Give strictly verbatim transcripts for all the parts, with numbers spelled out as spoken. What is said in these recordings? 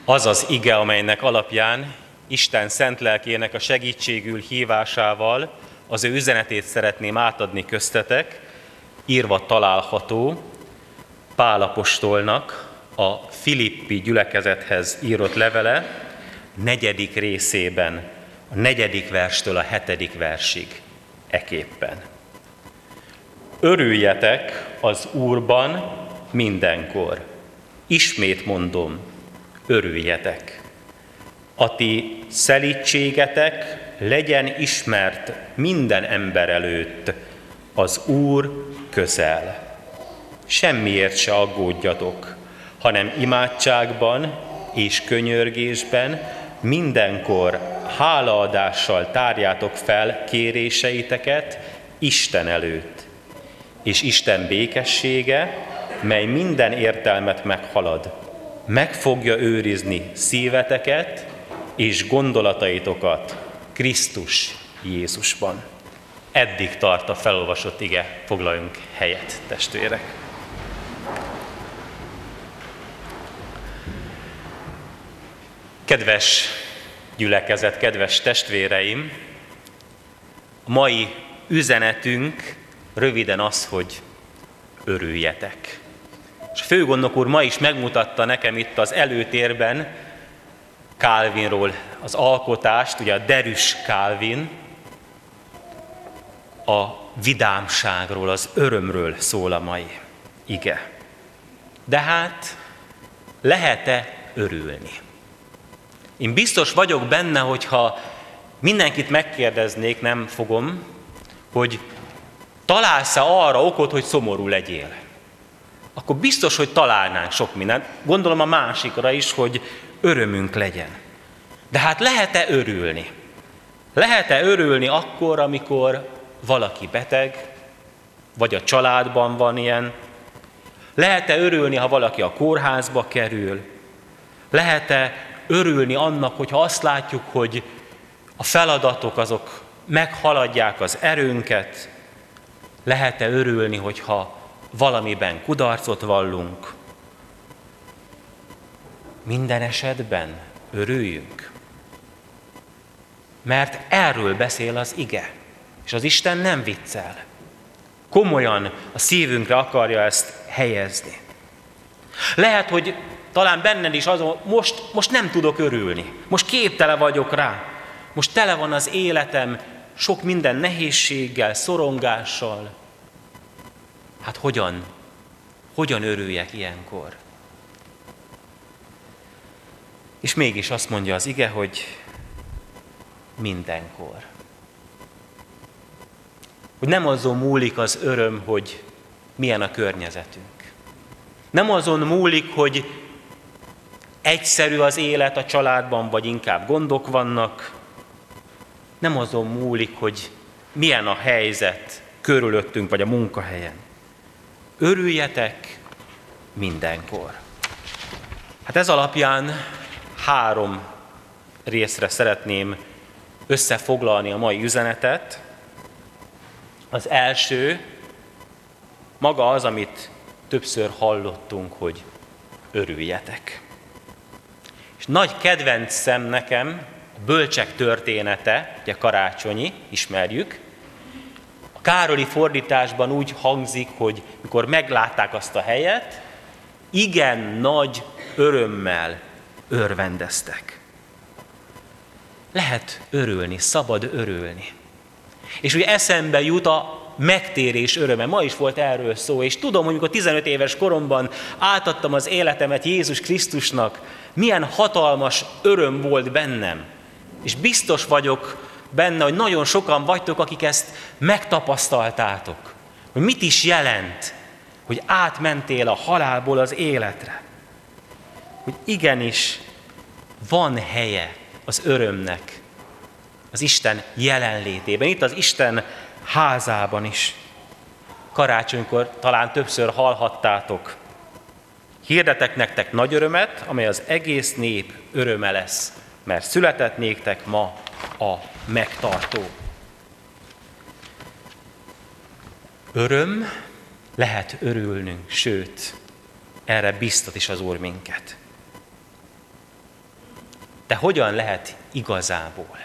Az az ige, amelynek alapján Isten szent lelkének a segítségül hívásával az ő üzenetét szeretném átadni köztetek, írva található Pál apostolnak a Filippi gyülekezethez írott levele negyedik részében, a negyedik verstől a hetedik versig eképpen. Örüljetek az Úrban mindenkor. Ismét mondom, örüljetek. A ti szelídségetek legyen ismert minden ember előtt, az Úr közel. Semmiért se aggódjatok, hanem imádságban és könyörgésben mindenkor hálaadással tárjátok fel kéréseiteket Isten előtt. És Isten békessége, mely minden értelmet meghalad, meg fogja őrizni szíveteket és gondolataitokat Krisztus Jézusban. Eddig tart a felolvasott ige, foglaljunk helyet, testvérek. Kedves gyülekezet, kedves testvéreim, a mai üzenetünk röviden az, hogy örüljetek. És a főgondnok úr ma is megmutatta nekem itt az előtérben Calvinról az alkotást, ugye a derűs Calvin, a vidámságról, az örömről szól a mai ige. De hát lehet-e örülni? Én biztos vagyok benne, hogyha mindenkit megkérdeznék, nem fogom, hogy találsz-e arra okot, hogy szomorú legyél? Akkor biztos, hogy találnánk sok mindent. Gondolom a másikra is, hogy örömünk legyen. De hát lehet-e örülni? Lehet-e örülni akkor, amikor valaki beteg, vagy a családban van ilyen? Lehet-e örülni, ha valaki a kórházba kerül? Lehet-e örülni annak, hogyha azt látjuk, hogy a feladatok azok meghaladják az erőnket? Lehet-e örülni, hogyha valamiben kudarcot vallunk? Minden esetben örüljünk. Mert erről beszél az ige, és az Isten nem viccel. Komolyan a szívünkre akarja ezt helyezni. Lehet, hogy talán benned is azon, most, most nem tudok örülni, most képtelen vagyok rá, most tele van az életem sok minden nehézséggel, szorongással. Hát hogyan, hogyan örüljek ilyenkor? És mégis azt mondja az ige, hogy mindenkor. Hogy nem azon múlik az öröm, hogy milyen a környezetünk. Nem azon múlik, hogy egyszerű az élet a családban, vagy inkább gondok vannak. Nem azon múlik, hogy milyen a helyzet körülöttünk, vagy a munkahelyen. Örüljetek mindenkor. Hát ez alapján három részre szeretném összefoglalni a mai üzenetet. Az első maga az, amit többször hallottunk, hogy örüljetek. És nagy kedvencem nekem a bölcsek története, ugye karácsonyi, ismerjük. A Károli fordításban úgy hangzik, hogy mikor meglátták azt a helyet, igen nagy örömmel örvendeztek. Lehet örülni, szabad örülni. És ugye eszembe jut a megtérés öröme. Ma is volt erről szó, és tudom, hogy amikor tizenöt éves koromban átadtam az életemet Jézus Krisztusnak, milyen hatalmas öröm volt bennem. És biztos vagyok benne, hogy nagyon sokan vagytok, akik ezt megtapasztaltátok. Hogy mit is jelent, hogy átmentél a halálból az életre. Hogy igenis van helye az örömnek az Isten jelenlétében, itt az Isten házában is. Karácsonykor talán többször hallhattátok. Hirdetek nektek nagy örömet, amely az egész nép öröme lesz, mert született néktek ma a megtartó. Öröm, lehet örülnünk, sőt, erre biztat is az Úr minket. de hogyan lehet igazából?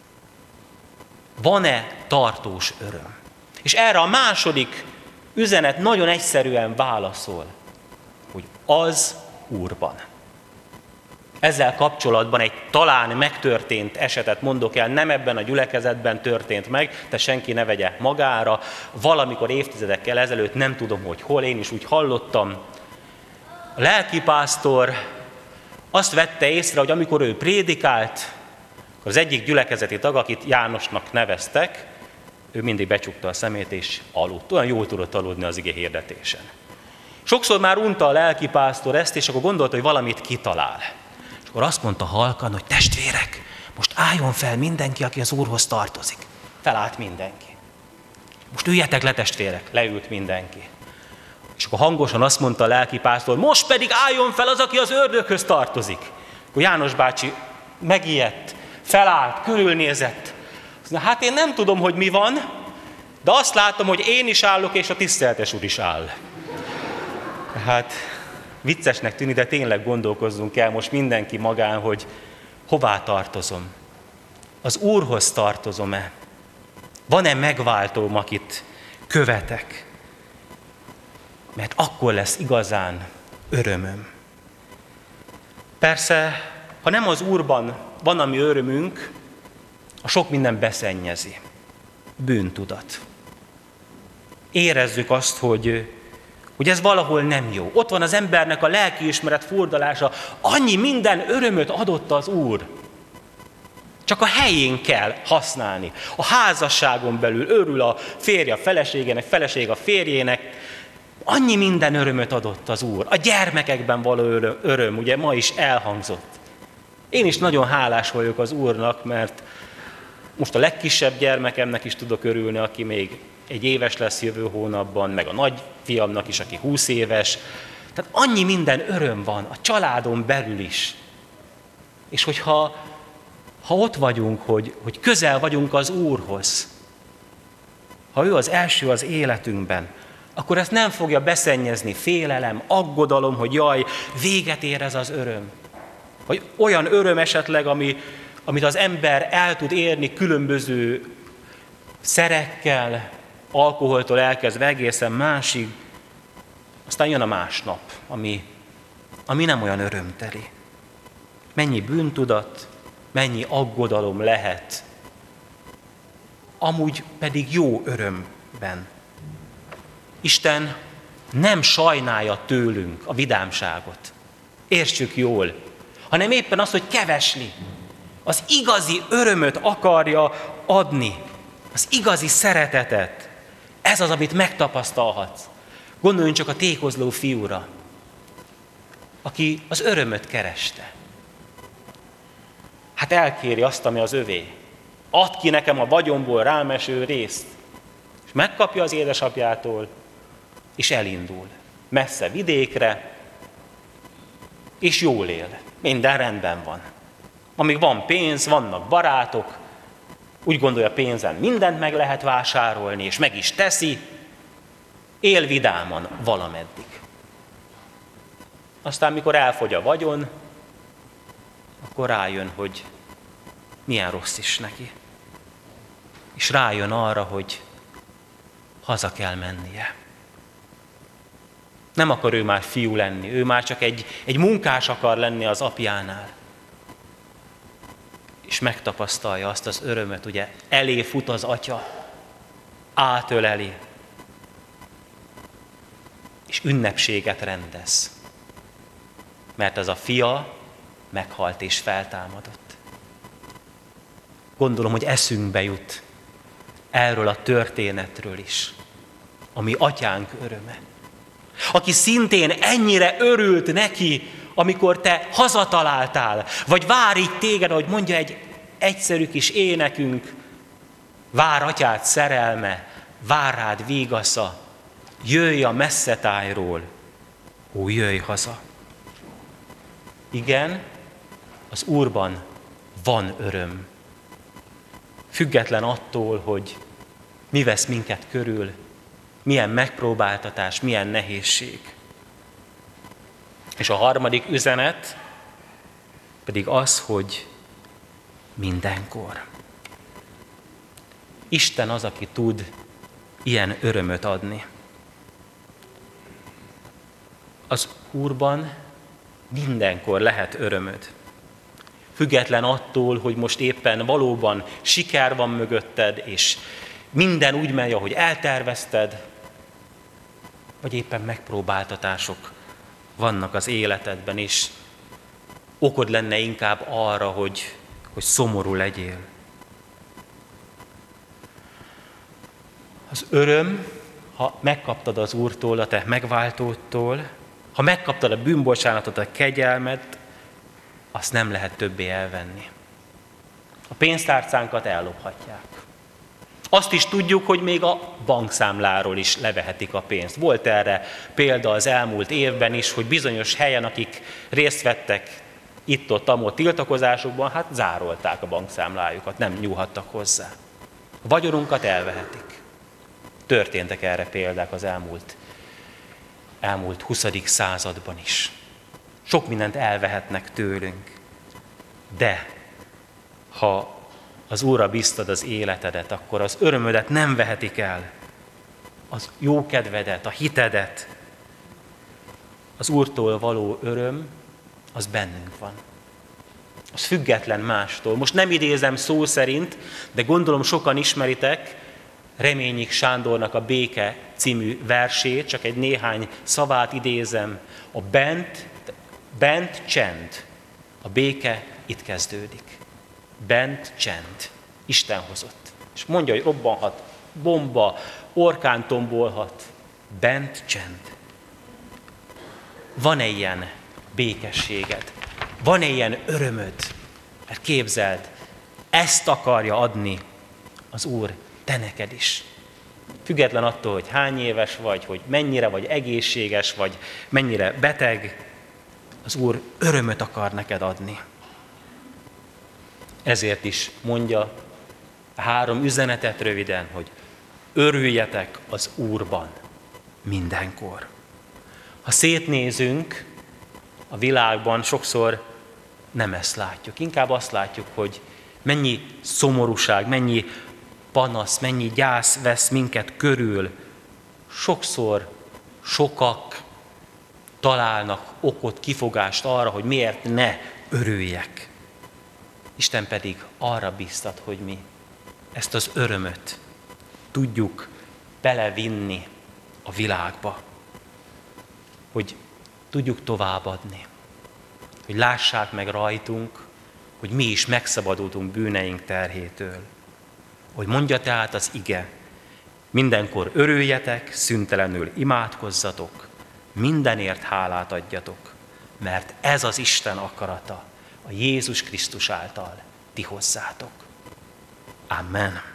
Van-e tartós öröm? És erre a második üzenet nagyon egyszerűen válaszol, hogy az Úrban. Ezzel kapcsolatban egy talán megtörtént esetet mondok el, nem ebben a gyülekezetben történt meg, de senki ne vegye magára. Valamikor évtizedekkel ezelőtt, nem tudom, hogy hol, én is úgy hallottam, a lelkipásztor azt vette észre, hogy amikor ő prédikált, az egyik gyülekezeti tag, akit Jánosnak neveztek, ő mindig becsukta a szemét és aludt. Olyan jól tudott aludni az ige hirdetésen. Sokszor már unta a lelkipásztor ezt, és akkor gondolta, hogy valamit kitalál. És akkor azt mondta halkan, hogy testvérek, most álljon fel mindenki, aki az Úrhoz tartozik. Felállt mindenki. Most üljetek le, testvérek. Leült mindenki. És akkor hangosan azt mondta a lelkipásztor, most pedig álljon fel az, aki az ördöghöz tartozik. Akkor János bácsi megijedt, felállt, körülnézett. Azt mondja, hát én nem tudom, hogy mi van, de azt látom, hogy én is állok, és a tiszteletes úr is áll. Hát viccesnek tűnik, de tényleg gondolkozzunk el most mindenki magán, hogy hová tartozom. Az Úrhoz tartozom-e? Van-e megváltóm, akit követek? Mert akkor lesz igazán örömöm. Persze, ha nem az Úrban van a mi örömünk, a sok minden beszennyezi. Bűntudat. Érezzük azt, hogy, hogy ez valahol nem jó. Ott van az embernek a lelkiismeret furdalása. Annyi minden örömöt adott az Úr. Csak a helyén kell használni. A házasságon belül örül a férje a feleségének, feleség a férjének. Annyi minden örömöt adott az Úr. A gyermekekben való öröm, öröm, ugye ma is elhangzott. Én is nagyon hálás vagyok az Úrnak, mert most a legkisebb gyermekemnek is tudok örülni, aki még egy éves lesz jövő hónapban, meg a nagyfiamnak is, aki húsz éves. Tehát annyi minden öröm van a családon belül is. És hogyha ha ott vagyunk, hogy, hogy közel vagyunk az Úrhoz, ha ő az első az életünkben, akkor ezt nem fogja beszennyezni félelem, aggodalom, hogy jaj, véget ér ez az öröm. Vagy olyan öröm esetleg, ami, amit az ember el tud érni különböző szerekkel, alkoholtól elkezdve egészen másig, aztán jön a másnap, ami, ami nem olyan örömteli. Mennyi bűntudat, mennyi aggodalom lehet, amúgy pedig jó örömben. Isten nem sajnálja tőlünk a vidámságot, értsük jól, hanem éppen az, hogy kevesli. Az igazi örömöt akarja adni, az igazi szeretetet. Ez az, amit megtapasztalhatsz. Gondoljunk csak a tékozló fiúra, aki az örömöt kereste. Hát elkéri azt, ami az övé. Add ki nekem a vagyomból rám eső részt. És megkapja az édesapjától, és elindul. Messze vidékre, és jól él. Minden rendben van. Amíg van pénz, vannak barátok, úgy gondolja, pénzen mindent meg lehet vásárolni, és meg is teszi, él vidáman valameddig. Aztán, mikor elfogy a vagyon, akkor rájön, hogy milyen rossz is neki. És rájön arra, hogy haza kell mennie. Nem akar ő már fiú lenni, ő már csak egy, egy munkás akar lenni az apjánál. És megtapasztalja azt az örömöt, ugye elé fut az atya, átöleli, és ünnepséget rendez. Mert az a fia meghalt és feltámadott. Gondolom, hogy eszünkbe jut erről a történetről is, ami atyánk öröme. Aki szintén ennyire örült neki, amikor te hazataláltál, vagy vár így téged, ahogy mondja egy egyszerű kis énekünk, vár atyád szerelme, vár rád vígasza, jöjj a messze tájról, ó, jöjj haza. Igen, az Úrban van öröm. Független attól, hogy mi vesz minket körül, milyen megpróbáltatás, milyen nehézség. És a harmadik üzenet pedig az, hogy mindenkor. Isten az, aki tud ilyen örömöt adni. Az Úrban mindenkor lehet örömöd. Független attól, hogy most éppen valóban siker van mögötted, és minden úgy megy, ahogy eltervezted, vagy éppen megpróbáltatások vannak az életedben, és okod lenne inkább arra, hogy, hogy szomorú legyél. Az öröm, ha megkaptad az Úrtól, a te megváltódtól, ha megkaptad a bűnbocsánatot, a kegyelmet, azt nem lehet többé elvenni. A pénztárcánkat ellophatják. Azt is tudjuk, hogy még a bankszámláról is levehetik a pénzt. Volt erre példa az elmúlt évben is, hogy bizonyos helyen, akik részt vettek itt-ott, amott tiltakozásokban, hát zárolták a bankszámlájukat, nem nyúlhattak hozzá. A vagyonunkat elvehetik. Történtek erre példák az elmúlt, elmúlt huszadik században is. Sok mindent elvehetnek tőlünk, de ha az Úrra bíztad az életedet, akkor az örömödet nem vehetik el, az jókedvedet, a hitedet. Az Úrtól való öröm, az bennünk van. Az független mástól. Most nem idézem szó szerint, de gondolom sokan ismeritek Reményik Sándornak a Béke című versét, csak egy néhány szavát idézem. A bent, bent csend, a béke itt kezdődik. Bent csend, Isten hozott. És mondja, hogy robbanhat bomba, orkán tombolhat, bent csend. Van-e ilyen békességed? Van-e ilyen örömöd? Mert képzeld, ezt akarja adni az Úr te neked is. Független attól, hogy hány éves vagy, hogy mennyire vagy egészséges, vagy mennyire beteg, az Úr örömöt akar neked adni. Ezért is mondja a három üzenetet röviden, hogy örüljetek az Úrban mindenkor. Ha szétnézünk a világban, sokszor nem ezt látjuk. Inkább azt látjuk, hogy mennyi szomorúság, mennyi panasz, mennyi gyász vesz minket körül. Sokszor sokak találnak okot, kifogást arra, hogy miért ne örüljek. Isten pedig arra bíztat, hogy mi ezt az örömöt tudjuk belevinni a világba, hogy tudjuk továbbadni, hogy lássák meg rajtunk, hogy mi is megszabadultunk bűneink terhétől. Hogy mondja tehát az ige, mindenkor örüljetek, szüntelenül imádkozzatok, mindenért hálát adjatok, mert ez az Isten akarata, a Jézus Krisztus által ti hozzátok. Amen.